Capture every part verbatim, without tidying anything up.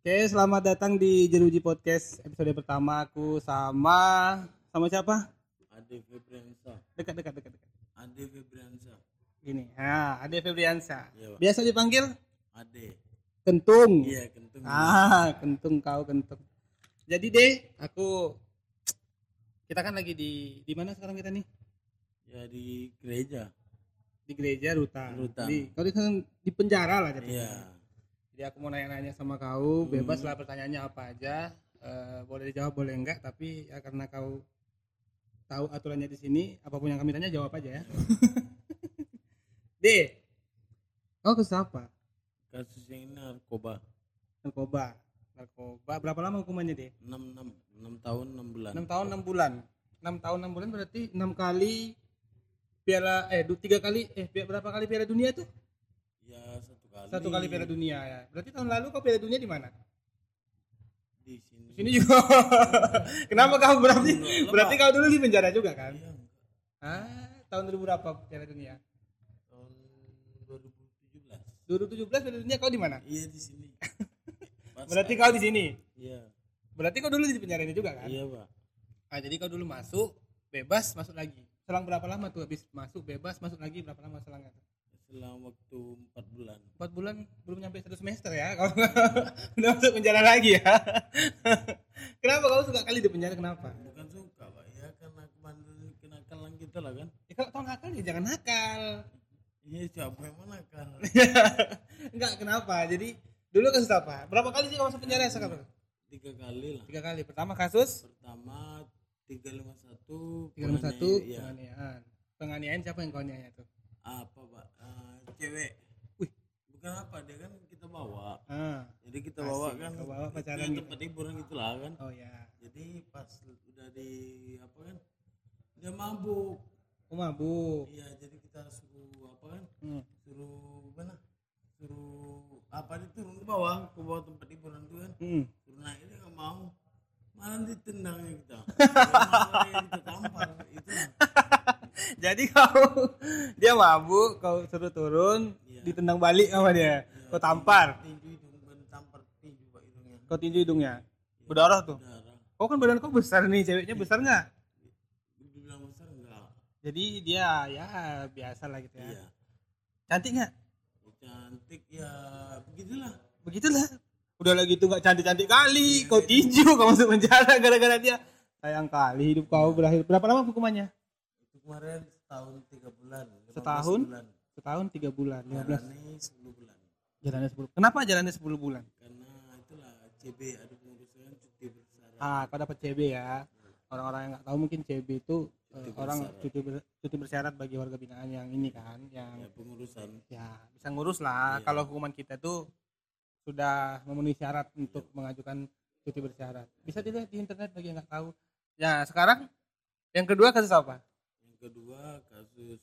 Oke, selamat datang di Jeruji Podcast episode pertama. Aku sama sama siapa? Ade Febriansa. Dekat dekat dekat dekat. Ade Febriansa. Ini. Ah, Ade Febriansa. Iya, Pak. Biasa dipanggil Ade. Kentung. Iya, kentung. Ah, Kentung kau Kentung. Jadi deh, aku kita kan lagi di di mana sekarang kita nih? Ya di gereja. Di gereja Rutan. Rutan. Di kau di, di penjara lah jadinya. Iya. Jadi aku mau nanya-nanya sama kau, Hmm. bebas lah pertanyaannya apa aja. Eh, boleh dijawab boleh enggak, tapi ya karena kau tahu aturannya di sini, apapun yang kami tanya jawab aja ya. D, kau kasus apa? Kasus yang ini narkoba. Narkoba. Narkoba. Berapa lama hukumannya, D? enam, enam, enam tahun enam bulan. enam tahun enam bulan. enam tahun enam bulan berarti enam kali piala eh du- tiga kali eh pi- berapa kali piala dunia tuh? Ya satu kali. Satu kali piala dunia ya. Berarti tahun lalu kau piala dunia di mana? Di sini. Di sini juga. Kenapa kau berarti Enggak, berarti kau dulu di penjara juga kan? Iya, Ah, tahun dua ribu berapa piala dunia? tahun dua ribu tujuh belas. dua ribu tujuh belas piala dunia kau di mana? Iya di sini. Pas Berarti kali. kau di sini. Iya. Berarti kau dulu di penjara ini juga kan? Iya, Pak. Ah, jadi kau dulu masuk, bebas, masuk lagi. Selang berapa lama tuh habis masuk, bebas, masuk lagi berapa lama selangnya? Selang waktu empat bulan. empat bulan belum nyampe satu semester ya. Kau udah masuk penjara lagi ya. Kenapa kau suka kali di penjara kenapa? Bukan suka, Pak. Ya karena kemarin kenakalan kita lah kan. Ya, kalau kau nakal ya jangan nakal. Iya, siapa yang mau nakal? Enggak, kenapa? Jadi dulu kasus apa? Berapa kali sih kau masuk penjara sekarang? Tiga kali lah. Tiga kali. Pertama kasus Pertama tiga lima satu. tiga puluh satu Iya. penganiayaan. Penganiayaan siapa yang kau aniaya tuh? Apa, Pak? Eh, cewek. Wih. Bukan apa, dia kan kita bawa. Ah. Jadi kita Asik, bawa kan. kau bawa pacaran ke gitu. tempat hiburan gitu lah kan. Oh ya. Jadi pas udah di apa kan? Dia mabuk. Oh mabuk. Iya, jadi kita suruh apa kan? Hmm. Suruh mana? Suruh apa dia turun ke bawah, ke bawah tempat hiburan itu kan. Hmm. Suruh naik dia nggak mau. Malah ditendangnya kita. Malah kita tampar itu. Jadi kau dia mabuk, kau suruh turun, Iya. ditendang balik sama dia. Iya, Kau tampar, tinju hidung, bukan tampar tinju Pak hidungnya. kau tinju hidungnya. Berdarah tuh. Darah. Kau kan badan kau besar nih, ceweknya besar nggak? Dibilang besar enggak? Jadi dia ya biasa lah gitu ya. Iya. Cantik nggak? Cantik ya begitulah. Begitulah. Udah lagi tuh nggak cantik-cantik kali, kau tinju, kau masuk penjara gara-gara dia. Sayang kali hidup kau berakhir. Berapa lama hukumannya? Itu kemarin setahun tiga bulan. lima belas Setahun? Bulan. Setahun tiga bulan, lima belas. Jalani sepuluh bulan. Jalannya sepuluh. Kenapa jalannya sepuluh bulan? Karena itulah C B ada pengurusan cuti bersyarat. Ah, kau dapat C B ya. Orang-orang yang nggak tahu mungkin C B itu eh, Cuti orang bersyarat. cuti ber- cuti bersyarat bagi warga binaan yang ini kan, yang Ya, pengurusan. ya bisa ngurus lah. Iya. Kalau hukuman kita tuh sudah memenuhi syarat untuk mengajukan cuti bersyarat. Bisa dilihat di internet bagi yang nggak tahu. Ya sekarang yang kedua kasus apa? Yang kedua kasus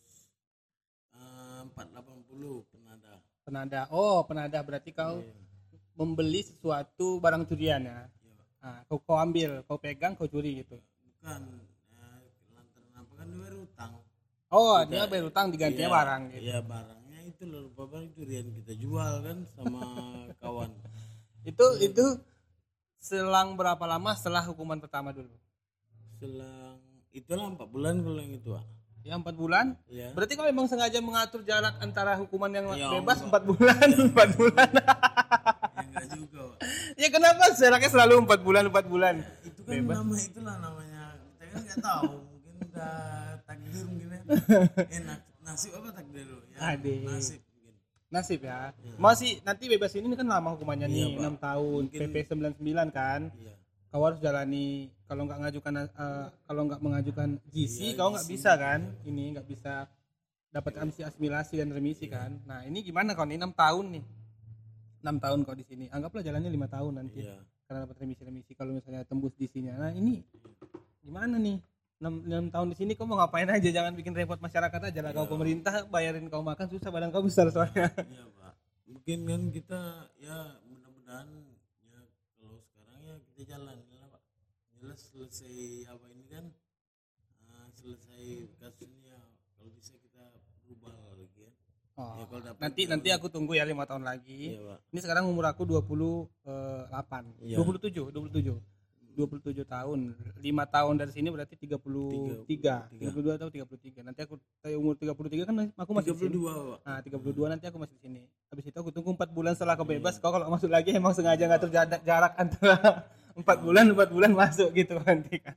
eh, empat ratus delapan puluh penada. Penada. Oh penada berarti kau Iya. membeli sesuatu barang curian ya. Iya, Pak. Nah, kau kau ambil, kau pegang, kau curi gitu. Bukan eh, lantaran apa kan dia bayar utang. Oh Tidak. dia bayar utang digantinya Iya, barang gitu. Iya barangnya itu loh barang curian kita jual kan sama kawan. Itu itu selang berapa lama setelah hukuman pertama dulu? Selang itulah empat bulan kalau yang itu Pak. Ya empat bulan. Iya. Berarti kau memang sengaja mengatur jarak antara hukuman yang Ya, bebas enggak. empat bulan, empat bulan. Ya enggak juga Pak. Ya kenapa jaraknya selalu empat bulan, empat bulan? Itu kan Bebas. nama itulah namanya. Kita kan nggak tahu. Mungkin udah takdir mungkin ya. Eh na- nasib apa takdir lu? Ya, Ade. nasib mungkin. Nasib ya. Ya. Masih nanti bebas ini kan lama hukumannya Iya, nih, Pak. enam tahun, Mungkin- P P sembilan puluh sembilan kan. Iya. Kau harus jalani kalau nggak ngajukan eh, kalau nggak mengajukan G C Iya, kau nggak G C. bisa kan ini nggak bisa dapat amsi asimilasi dan remisi Iya. kan. Nah ini gimana kau nih enam tahun nih enam tahun kau di sini anggaplah jalannya lima tahun nanti Iya. karena dapat remisi-remisi kalau misalnya tembus di sini. Nah ini gimana nih enam, enam tahun di sini kau mau ngapain aja, jangan bikin repot masyarakat aja lah. Kau Iya. pemerintah bayarin kau makan susah, badan kau besar soalnya. Iya Pak. Mungkin kan kita ya mudah-mudahan ya kalau sekarang ya kita jalan lah Pak. Jelas selesai apa ini kan eh, selesai kasus ini ya kalau bisa kita berubah lagi ya. Oh, Ya, kalau dapat nanti ya nanti udah. aku tunggu ya lima tahun lagi. Iya, Pak. Ini sekarang umur aku dua puluh delapan. Iya. dua puluh tujuh, dua puluh tujuh. dua puluh tujuh tahun. lima tahun dari sini berarti tiga puluh tiga. tiga puluh dua atau tiga puluh tiga. Nanti aku saya umur tiga puluh tiga kan aku masih tiga puluh di sini. dua, Pak. Nah, tiga puluh dua nanti aku masih di sini. Habis itu aku tunggu empat bulan setelah aku bebas. Kau kalau masuk lagi emang sengaja ngatur jarak, jarak antara empat bulan empat bulan masuk gitu nanti kan.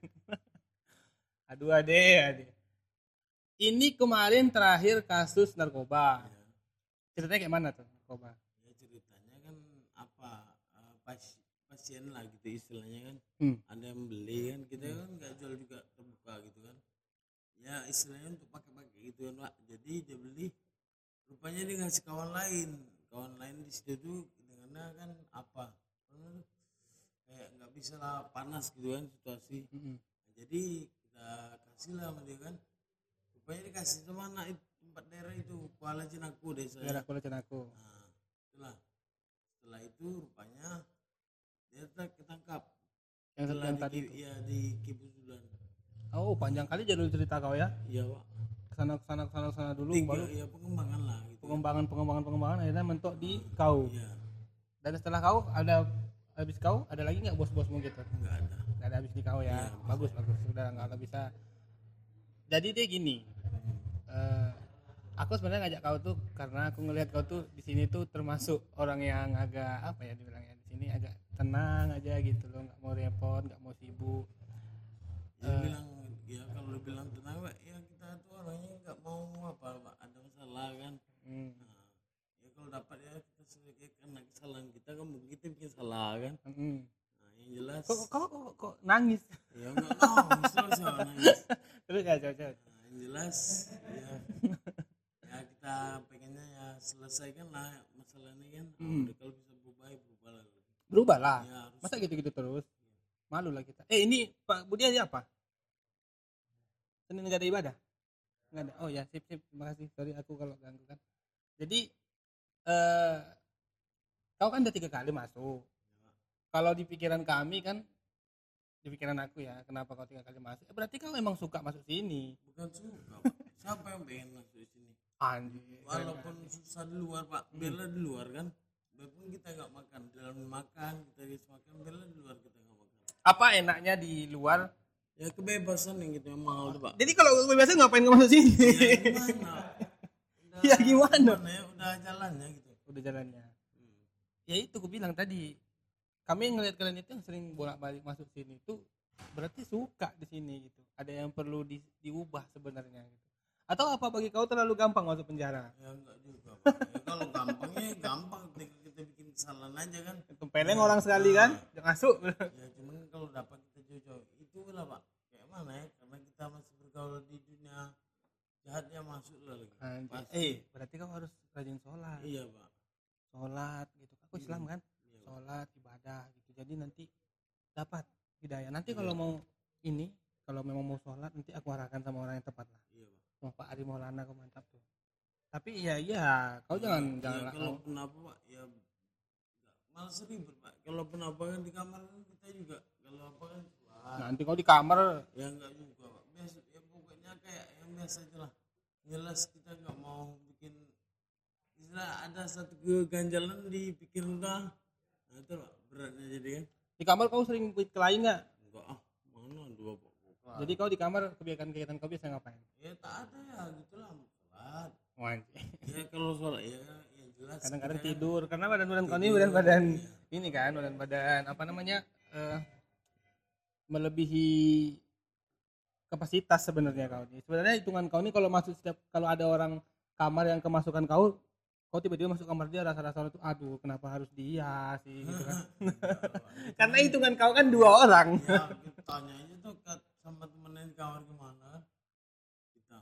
Aduh ade, ade. Ini kemarin terakhir kasus narkoba. Ceritanya kayak mana tuh narkoba? Ya ceritanya kan apa eh, pas pasien lah gitu istilahnya kan. Hmm. Ada yang beli kan, kita kan nggak jual juga terbuka gitu kan. Ya istilahnya untuk pakai-pakai gitu kan, Pak. Jadi dia beli, rupanya dia ngasih kawan lain. Kawan lain di situ tuh dengannya kan apa? Kayak nggak bisa lah, panas gitu kan situasi. Mm-mm. Jadi kita kasih lah sama dia kan. Rupanya dikasih sama anak itu, tempat daerah itu Kuala Cinaku desa. Daerah Kuala Cinaku. Nah, itulah. Setelah itu rupanya dia ter- ketangkap. Yang Setelah yang di, tadi Ki- itu. ya di Kibusulan. Oh, panjang kali jalur cerita kau ya. Iya, Pak. Kesana kesana kesana kesana dulu Tiga, baru ya pengembangan lah gitu. pengembangan pengembangan pengembangan akhirnya mentok di kau. Iya, Dan setelah kau ada habis kau ada lagi nggak bos-bosmu gitu? enggak ada. Nggak ada habis di kau ya. Iya, Bagus bagus sudah nggak nggak bisa. Jadi dia gini. eh, aku sebenarnya ngajak kau tuh karena aku ngelihat kau tuh di sini tuh termasuk orang yang agak apa ya dibilangnya di sini agak tenang aja gitu loh, nggak mau repot, nggak mau sibuk. Ya bilang ya kalau lu bilang tenang, Pak, ya kita tuh orangnya nggak mau apa, Pak, ada masalah kan. Hmm. Nah, ya kalau dapat ya kita sebagai karena kesalahan kita kan mungkin kita bikin salah kan. Hmm. Nah, yang jelas Kok, kok, kok, kok nangis? ya enggak nangis terus ya nangis. Terus ya coba coba. Nah, yang jelas ya ya kita pengennya ya selesaikan lah masalah ini kan. Hmm. Udah kalau bisa berubah ya berubah lah. Berubah lah. Ya, harus. Masa gitu-gitu terus? Malu lah kita. Eh ini Pak Budi aja apa? Senin nggak ada ibadah? Nggak ada. Oh ya sip sip. Terima kasih. Sorry aku kalau ganggu kan. Jadi eh kau kan udah tiga kali masuk. Kalau di pikiran kami kan, di pikiran aku ya, kenapa kau tiga kali masuk? Eh, berarti kau emang suka masuk sini. Bukan suka, Pak. Siapa yang pengen masuk di sini? Anjir. Walaupun susah di luar, Pak, bela di luar kan. Walaupun kita nggak makan, dalam makan kita bisa makan, bela di luar kita nggak makan. Apa enaknya di luar? Ya kebebasan yang kita mau tuh, Pak. Jadi kalau kebebasan ngapain kau masuk sini? Ya gimana? Udah, Ya, gimana? ya, udah jalannya gitu. Udah jalannya. Hmm. Ya itu aku bilang tadi, kami yang ngeliat kalian itu yang sering bolak-balik masuk sini itu berarti suka di sini gitu. Ada yang perlu di, diubah sebenarnya gitu. Atau apa bagi kau terlalu gampang masuk penjara? Ya enggak juga, Pak. Ya, kalau gampangnya gampang ketika kita bikin kesalahan aja kan. Tempeleng orang sekali kan, jangan masuk. Ya cuman kalau dapat kita jauh-jauh itu lah, Pak. Kayak mana ya? Karena kita masih bergaul di dunia jahatnya masuk lah lagi. Anjir. Pasti. Eh, berarti kau harus rajin sholat. Iya, Pak. Sholat gitu. Aku Islam kan? Iya, Pak. Sholat, ibadah gitu. Jadi nanti dapat hidayah. Nanti kalau mau ini, kalau memang mau sholat nanti aku arahkan sama orang yang tepat lah. Iya, Pak. Sama Pak Ari Maulana kau mantap tuh. Tapi iya iya, kau jangan Ya, jangan kalau kenapa, Pak, ya nggak- malas ribet, Pak. Kalau kenapa kan di kamar kan kita juga kalau apa kan wah, nanti kau di kamar ya enggak juga, Pak. Biasa ya pokoknya kayak yang biasa aja lah. Jelas kita nggak mau bikin istilah ada satu keganjalan di pikiran udah. Nah, itu, Pak, beratnya jadi kan. di kamar kau sering kelahi nggak? Enggak ah, mana dua, Pak. Bukan. Jadi kau di kamar kegiatan-kegiatan kau biasa ngapain? Ya tak ada ya gitulah sholat. Oh, anjir. Ya kalau sholat ya ya jelas. Kadang-kadang kita kan- tidur karena badan-badan kau ini Tidur, badan-badan iya. ini kan badan-badan apa namanya eh, melebihi kapasitas sebenarnya kau ini. Sebenarnya hitungan kau ini kalau masuk setiap kalau ada orang kamar yang kemasukan kau, kau tiba-tiba masuk kamar dia rasa-rasa itu aduh kenapa harus dia sih gitu kan. Karena hitungan kau kan dua orang. Ya kita tanya aja tuh ke sama temennya di kamar gimana kita.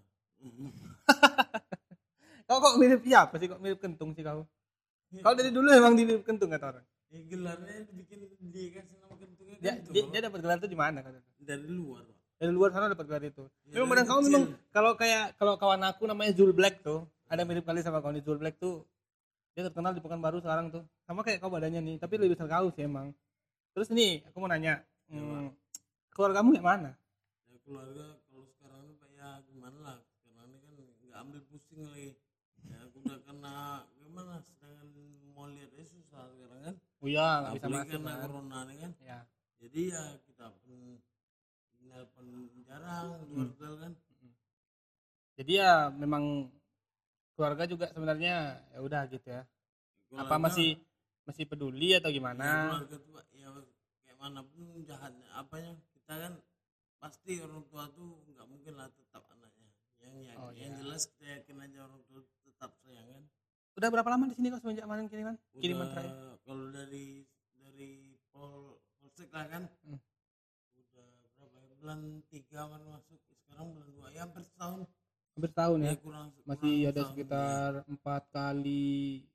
Kau kok mirip siapa sih kok mirip kentung sih kau? Kau dari dulu emang mirip kentung kata orang. Ya gelarnya dibikin dikasih nama kentungnya Dia kentung, dia, Pak. dia dapat gelar itu di mana kata? Dari luar, Pak. Dari luar sana dapat gelar itu. Ya, Memang dari badan kamu kecil. memang kalau kayak kalau kawan aku namanya Zul Black tuh, ada mirip kali sama kawan Zul Black tuh. Dia terkenal di Pekanbaru sekarang tuh. Sama kayak kau badannya nih, tapi lebih besar kau sih emang. Terus nih, aku mau nanya, hmm, keluargamu kayak mana? Ya keluarga kalau sekarang ini Pak ya gimana lah. Karena ini kan nggak ambil pusing lagi. Ya aku udah kena gimana, sedangkan mau lihat aja susah sekarang kan. Oh iya, nggak bisa Apalagi masuk karena kan. corona ini kan. Ya. Jadi ya kita pun nelpon jarang di hotel kan. Jadi ya memang keluarga juga sebenarnya ya udah gitu ya. Apa Keluarga- masih masih peduli atau Ya, gimana? keluarga tuh Pak, ya kayak manapun jahatnya apanya kita kan pasti orang tua tuh nggak mungkin lah tetap anaknya. Yang ya, Oh, yang iya. jelas kita yakin aja orang tua tetap sayang kan. Udah berapa lama di sini kok semenjak kemarin kiriman? Kiriman Udah, terakhir. kalau dari dari Pol Polsek lah kan. Hmm. Udah berapa ya? Bulan tiga kan masuk, sekarang bulan dua ya hampir setahun. Hampir tahun ya. Ya, kurang Masih kurang ada setahun, sekitar empat kali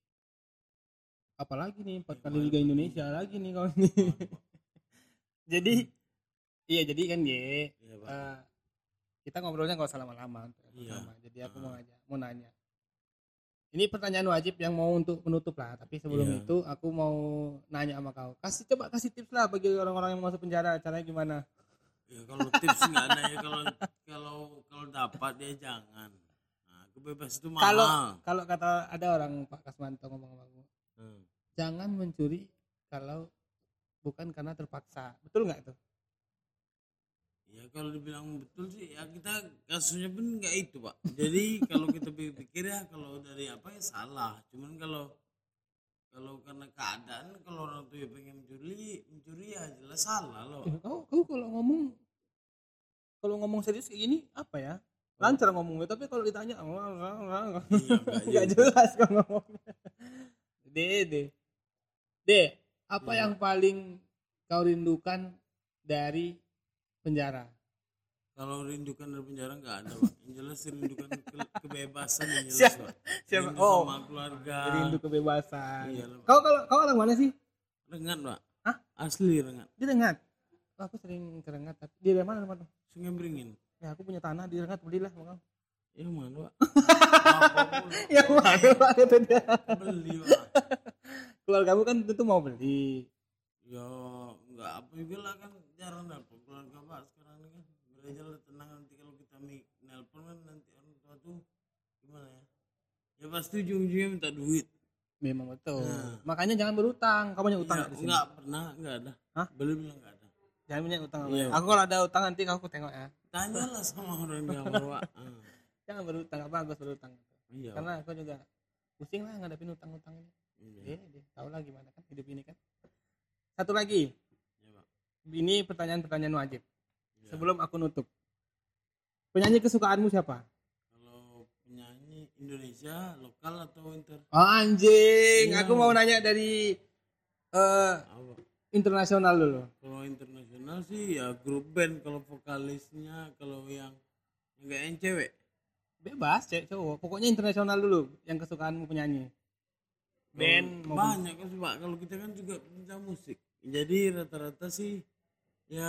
apalagi nih empat Ya, kali kemarin Liga tuh- Indonesia lagi nih kawan nih. ya. Jadi iya jadi kan Ye, Iya, Pak. eh, kita ngobrolnya nggak usah lama-lama. Iya. Pertama. Jadi aku Ah. mau aja mau nanya. Ini pertanyaan wajib yang mau untuk menutup lah. Tapi sebelum Iya. itu aku mau nanya sama kau. Kasih coba kasih tips lah bagi orang-orang yang masuk penjara. Caranya gimana? Ya kalau tips nggak ada ya, kalau kalau kalau dapat ya jangan. Nah, kebebas itu mahal. Kalau kalau kata ada orang Pak Kasmanto ngomong sama aku, Hmm. jangan mencuri kalau bukan karena terpaksa. Betul nggak tuh? Ya kalau dibilang betul sih ya kita kasusnya pun nggak itu Pak. Jadi kalau kita pikir ya kalau dari apa ya salah. Cuman kalau kalau karena keadaan kalau orang tuh ya pengen mencuri mencuri ya jelas salah loh. Eh, kau kau kalau ngomong kalau ngomong serius kayak gini apa ya? Lancar ngomongnya, tapi kalau ditanya Iya, nggak nggak jelas kau ngomongnya. Deh, deh. Deh, apa Iya. yang paling kau rindukan dari penjara? Kalau rindukan dari penjara nggak ada Pak. Yang jelas rindukan ke- kebebasan yang jelas Siapa- Pak. siapa- Rindu oh, sama keluarga. Rindu kebebasan. Iya, Pak. Kau kalau kau orang mana sih? Rengat Pak. Hah? Asli Rengat. Di Rengat. Oh, aku sering ke Rengat. Tapi di daerah mana tempat tuh? Sungai Beringin. Ya aku punya tanah di Rengat, belilah sama kau. Ya mana Pak? Apapun. Yang mana Pak kata dia? Beli Pak. Keluargamu kan tentu mau beli. Ya nggak apa juga lah kan jarang dapat keluarga Pak sekarang ini kan. Beraja lah tenang, nanti kalau kita mi- nelpon kan nanti orang tua tuh gimana ya? Ya pasti ujung-ujungnya minta duit. Memang betul. Nah. Makanya jangan berutang. Kau banyak utang Ya, nggak di sini? nggak pernah, nggak ada. Hah? Beli bilang nggak ada. Jangan banyak utang. sama Iya. aku. Aku kalau ada utang nanti aku tengok ya. Tanyalah sama orang di kamar Pak. Ah, Jangan berutang, apa bagus berutang. iya. Karena aku juga pusing lah ngadepin utang-utang ini. Iya. Eh, deh, tahu lah gimana kan hidup ini kan. Satu lagi, Iya, Pak. ini pertanyaan-pertanyaan wajib. Iya. Sebelum aku nutup, penyanyi kesukaanmu siapa? Kalau penyanyi Indonesia lokal atau inter? Oh anjing, Iya. aku mau nanya dari eh Apa? internasional dulu. Kalau internasional sih ya grup band. Kalau vokalisnya kalau yang enggak yang cewek. Bebas, cewek cowok. Pokoknya internasional dulu yang kesukaanmu penyanyi. Band Kalau maupun- banyak kan Pak. Kalau kita kan juga pecinta musik. Jadi rata-rata sih ya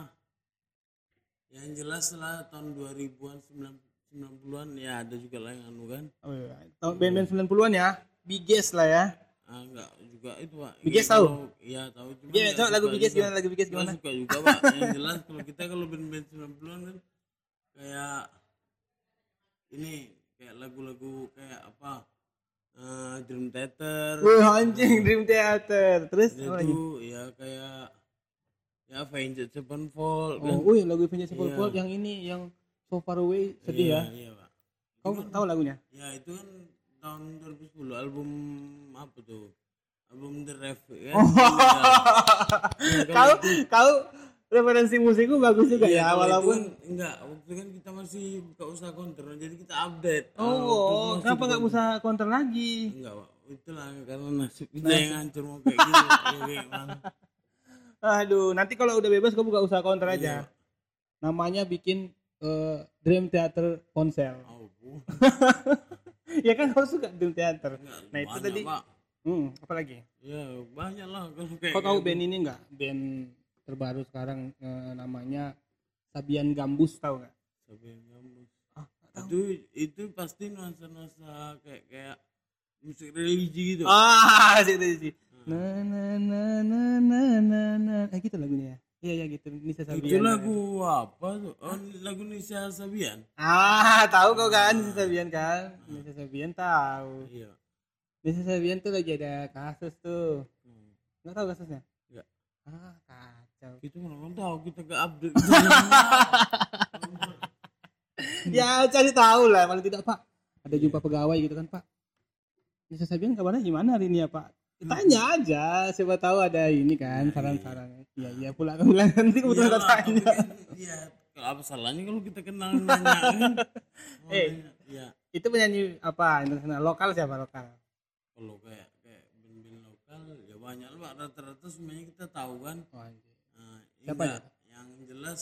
yang jelas lah tahun dua ribuan sembilan puluhan ya ada juga lah yang anu kan. Oh iya. Tahun band-band sembilan puluhan ya. Biggest lah ya. Ah enggak juga itu Pak. Biggest Ya, tahu? kalau- Iya tahu cuma Iya, enggak coba lagu suka Biggest juga. gimana? Lagu Biggest Nggak gimana? suka juga Pak. Yang jelas kalau kita kalau band-band sembilan puluhan kan kayak ini kayak lagu-lagu kayak apa? Eh, Dream Theater. Wih anjing Dream Theater. Terus Dia apa lagi? tuh ya kayak ya Avenged Sevenfold kan. Oh, wih lagu Avenged Iya. Sevenfold yang ini yang So Far Away sedih Iya, ya. Iya, Pak. Kau Itu kan- tahu lagunya? Ya itu kan tahun dua ribu sepuluh album apa tuh? Album The Ref kan. Oh. Iya. Ya, Kau kalau itu- kau referensi musikku bagus juga iya, ya kalau itu walaupun kan, enggak, waktu kan kita masih buka usaha counter jadi kita update. Ah, waktu Oh, itu masih kenapa buka- nggak usah counter lagi? Enggak, Pak. Itulah karena nasib kita yang hancur mau kayak gitu. Ya, kayak mana? Aduh, nanti kalau udah bebas kau buka usaha counter aja. Iya. Namanya bikin eh, Dream Theater Ponsel. Oh, Bu. Ya kan kau suka Dream Theater. Enggak, Nah itu banyak, tadi. Pak. Hmm, apa lagi? Ya, banyak lah kalau kayak Kau tahu gitu. band ini nggak? Band terbaru sekarang eh, namanya Sabian Gambus, tahu nggak? Sabian Gambus. Ah, nggak tahu. Itu itu pasti nuansa-nuansa kayak kayak musik religi gitu. Ah, sih itu sih. Na na na na na na na. Eh gitu lagunya ya. Iya ya gitu, Nisa Sabian. Itu lagu apa tuh? Oh, lagu Nisa Sabian. Ah, tahu kau kan Nisa Sabian kan? Nisa Sabian tahu. Iya. Nisa Sabian tuh lagi ada kasus tuh. Hmm. Nggak tahu kasusnya? Enggak. Ah, kacau. Kita mana tahu, kita gak update. Ya cari tahu lah, paling tidak Pak. Ada jumpa pegawai gitu kan Pak. Nisa Sabian kabarnya gimana hari ini ya Pak? Tanya aja, siapa tahu ada ini kan saran-saran. Iya iya pula kamu bilang nanti kebetulan Iyalah, tanya. Iya, kalau apa salahnya kalau kita kenal nanya kan? Eh, iya. Itu penyanyi apa internasional? Lokal siapa lokal? Kalau kayak kayak band-band lokal ya banyak lah, rata-rata semuanya kita tahu kan. Oh, anjir. Nah, Siapa enggak, yang jelas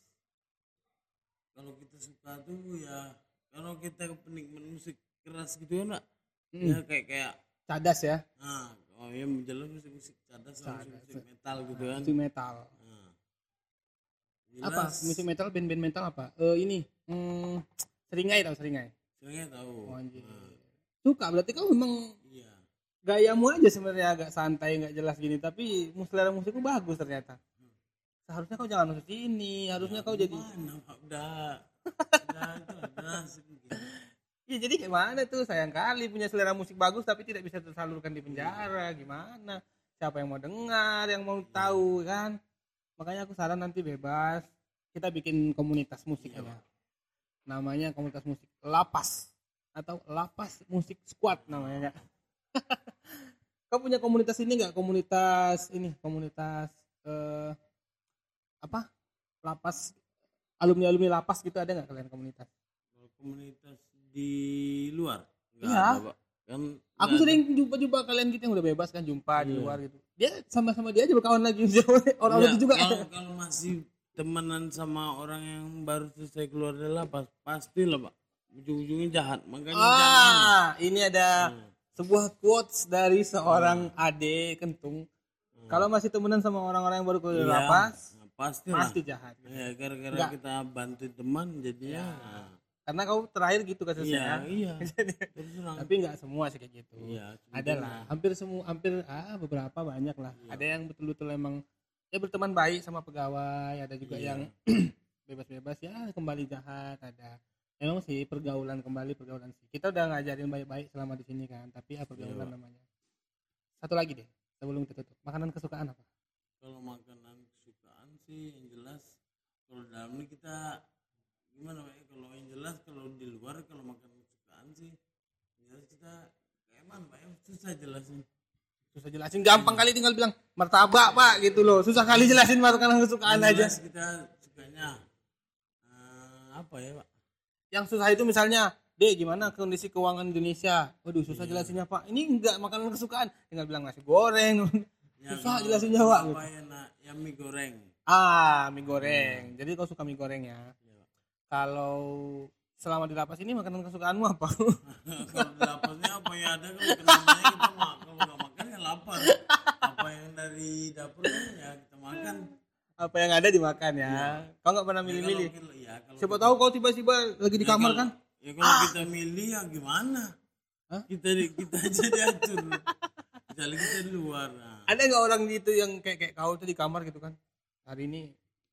kalau kita suka tuh ya kalau kita penikmat musik keras gitu kan, Hmm. ya kayak kayak Cadas ya? nah oh ya jelas musik-musik cadas sama Cadas. musik metal gitu kan. Musik metal. Nah, Apa? jelas, Musik metal, band-band metal apa? Eh ini, hmm, Seringai tahu Seringai? sebenarnya tahu. Oh, anjir. Nah, Suka berarti kau memang iya. gayamu aja sebenarnya agak santai nggak jelas gini tapi selera musikmu bagus ternyata. Seharusnya kau jangan masuk sini, harusnya kau jadi Mana Pak? Udah udah itu udah nasib gitu. ya jadi gimana tuh sayang kali punya selera musik bagus tapi tidak bisa tersalurkan di penjara gimana? Siapa yang mau dengar, yang mau tahu kan? Makanya aku saran nanti bebas kita bikin komunitas musik Iya, aja. Namanya komunitas musik Lapas atau Lapas Musik Squad namanya. Kau punya komunitas ini nggak? Komunitas ini, komunitas eh, apa? Lapas, alumni-alumni Lapas gitu ada nggak kalian komunitas? Kalau komunitas di luar nggak Iya. ada Pak. Kan Aku nggak sering jumpa-jumpa kalian gitu yang udah bebas kan jumpa di Iya. luar gitu. Dia sama-sama dia aja berkawan lagi orang ada. itu Ya, juga. kalau kalau masih temenan sama orang yang baru selesai keluar dari lapas pasti lah Pak, ujung-ujungnya jahat, makanya jangan. Ah, ini ada Hmm. sebuah quotes dari seorang Ade Kentung. Kalau masih temenan sama orang-orang yang baru keluar dari Iya, lapas, nah, pasti lah. pasti jahat. Ya gara-gara Enggak. kita bantu teman jadinya. nah, Karena kau terakhir gitu kasusnya. iya, iya. Jadi, Terus terang. tapi nggak semua sih kayak gitu. Iya, Ada lah, hampir semua, hampir ah beberapa banyak lah. Iya. Ada yang betul-betul emang ya berteman baik sama pegawai, ada juga Iya. yang bebas-bebas ya kembali jahat, ada. Emang sih pergaulan kembali pergaulan sih. Kita udah ngajarin baik-baik selama di sini kan, tapi ya pergaulan Iya. namanya. Satu lagi deh, sebelum kita tutup. Makanan kesukaan apa? Kalau makanan kesukaan sih yang jelas kalau dalam ini kita gimana Pak? Kalau yang jelas kalau di luar kalau makanan kesukaan sih yang jelas kita kayak mana Pak? Ya, susah jelasin. Susah jelasin, gampang kali tinggal bilang martabak Pak gitu loh. Susah kali jelasin makanan kesukaan Yang aja. jelas kita sukanya eh, apa ya Pak? Yang susah itu misalnya, Dek gimana kondisi keuangan Indonesia? Waduh susah Iya. jelasinnya Pak. Ini enggak makanan kesukaan, tinggal bilang nasi goreng. Ya, Susah kalau jelasinnya Pak. apa gitu. ya nak? Yang mie goreng. Ah, mie goreng. Jadi kau suka mie goreng ya? Ya, Pak. Kalau selama di lapas ini makanan kesukaanmu apa? Kalau lapasnya apa yang ada kalau kenanya kita makan, kalau nggak makan ya lapar. Apa yang dari dapur kan ya kita makan. Apa yang ada dimakan ya? Iya. Kau nggak pernah Ya, milih-milih? kalau kita- ya, kalau Siapa kita- tahu kau tiba-tiba lagi di ya, kamar kalau- kan? Ya kalau kita milih ya gimana? Hah? Kita di- kita aja diatur. Misalnya kita di luar. Nah. Ada nggak orang gitu yang kayak kayak kau tuh di kamar gitu kan? Hari ini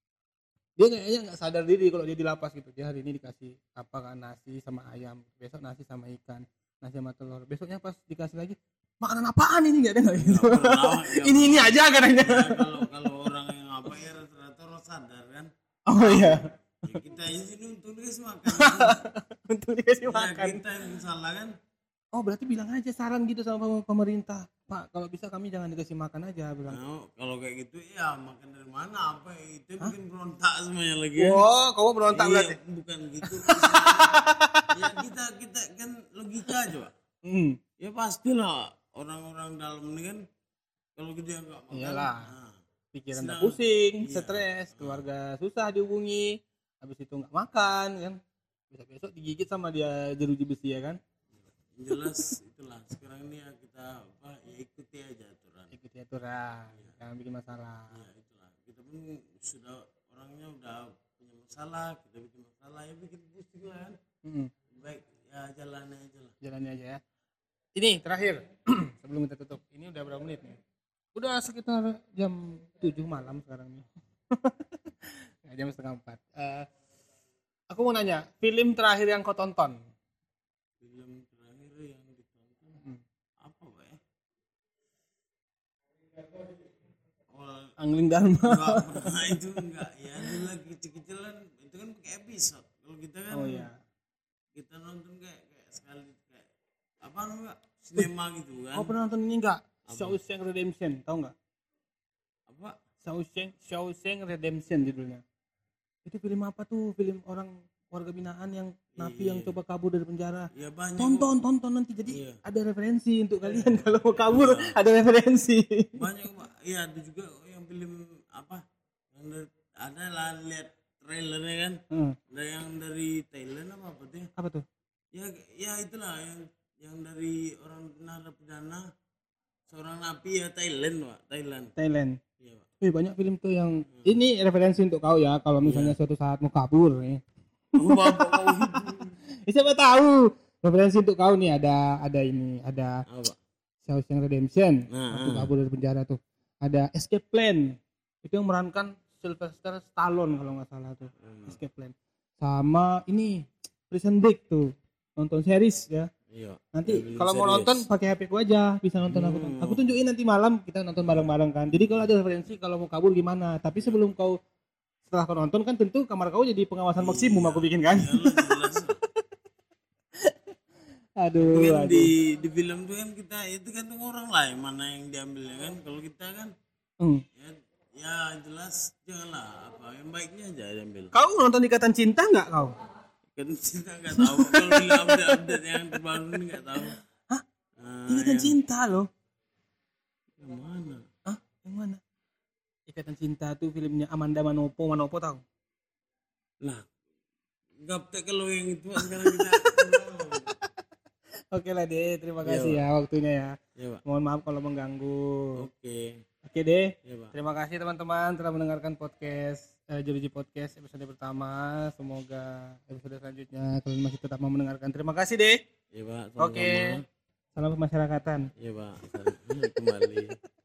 dia kayaknya nggak sadar diri kalau dia di lapas gitu. Dia hari ini dikasih apa kan nasi sama ayam, besok nasi sama ikan, nasi sama telur. Besoknya pas dikasih lagi makanan apaan ini nggak ada nggak gitu? Nggak pernah, nggak ini ini aja katanya. Ya, kalau kalau orang yang apa ya rata-rata orang sadar kan. Oh iya, Ya, kita aja sini untuk dikasih makan. untuk dikasih Ya, makan. kita yang salah kan. Oh berarti bilang aja saran gitu sama pemerintah, Pak kalau bisa kami jangan dikasih makan aja bilang. Nah, kalau kayak gitu ya makan dari mana apa itu bikin berontak semuanya lagi. kan. Wow, kamu berontak Iya, berarti. bukan gitu. Ya kita kita kan logika aja Pak. Hmm. Ya pastilah orang-orang dalam ini kan kalau dia nggak makan. Iyalah. Nah, Pikiran Senang. udah pusing, Iya. stres, keluarga susah dihubungi, habis itu nggak makan kan, besok-besok digigit sama dia jeruji besi ya kan, yang jelas itulah sekarang ini ya kita apa ya ikuti aja aturan. ikuti aturan, jangan bikin masalah. Ya itulah kita pun sudah orangnya udah punya masalah kita bikin masalah ya bikin pusing lah kan. Mm-mm. Baik ya jalannya aja lah. Jalannya aja ya. Ini terakhir sebelum kita tutup, ini udah berapa menit nih? Udah sekitar jam tujuh malam sekarang nih. Jam setengah empat. Uh, aku mau nanya, film terakhir yang kau tonton? Film terakhir yang ditonton hmm. apa Pak ya? Oh, Angling Dharma. Enggak pernah itu enggak. Ya dulu lagi kecil-kecil kan itu kan pakai episode. Kalau kita kan oh, iya. kita nonton kayak kayak sekali kayak apa namanya sinema gitu kan. Oh pernah nonton ini enggak? Shawshank Redemption, tahu enggak? Apa? Shawshank Shawshank Redemption judulnya. Itu film apa tuh? Film orang warga binaan yang napi yang coba kabur dari penjara. Ya, banyak tonton, kok. tonton nanti. Jadi iya. ada referensi untuk kalian kalau mau kabur iya. ada referensi. Banyak Pak. Iya ada juga yang film apa? Yang dari, ada lah lihat trailernya kan. Hmm. Ada yang dari Thailand apa apa tuh? Apa tuh? Ya ya itulah yang yang dari orang narapidana seorang napi ya Thailand Pak, Thailand. Thailand. Iya Pak. Wih, banyak film tuh yang hmm. ini referensi untuk kau ya kalau misalnya yeah. suatu saat mau kabur nih. Oh, bapak kau itu. Siapa tahu referensi untuk kau nih ada ada ini ada Shawshank Redemption nah, waktu kabur dari penjara tuh. Ada Escape Plan itu yang merankan Sylvester Stallone kalau nggak salah tuh. Hmm. Escape Plan sama ini Prison Break tuh nonton series ya. Iya. Nanti kalau mau nonton pakai H P ku aja bisa nonton hmm. aku. Aku tunjukin nanti malam kita nonton bareng-bareng kan. Jadi kalau ada referensi kalau mau kabur gimana. Tapi sebelum kau setelah kau nonton kan tentu kamar kau jadi pengawasan maksimum iya. aku bikin kan. aduh, kan aduh. Di di film itu kan kita itu kan orang lain mana yang diambilnya kan. Kalau kita kan hmm. ya, ya jelas janganlah apa yang baiknya aja diambil. Kau nonton Ikatan Cinta enggak kau? Kan cinta nggak tahu kalau bilang update-update yang terbaru ini nggak tahu. Hah? Nah, Ikatan yang... Cinta loh. Yang mana? Hah? Yang mana? Ikatan Cinta tuh filmnya Amanda Manopo. Manopo tahu? Lah, gaptek kalau yang itu sekarang kita. Oke lah deh, terima kasih ya, ya waktunya ya. Ya, Pak. Mohon maaf kalau mengganggu. Oke. Oke deh. Ya, Pak. Terima kasih teman-teman telah mendengarkan podcast uh, Jeruji Podcast episode pertama. Semoga episode selanjutnya kalian masih tetap mau mendengarkan. Terima kasih deh. Iya Pak. Oke. Salam pemasyarakatan. Iya Pak. Salam kembali.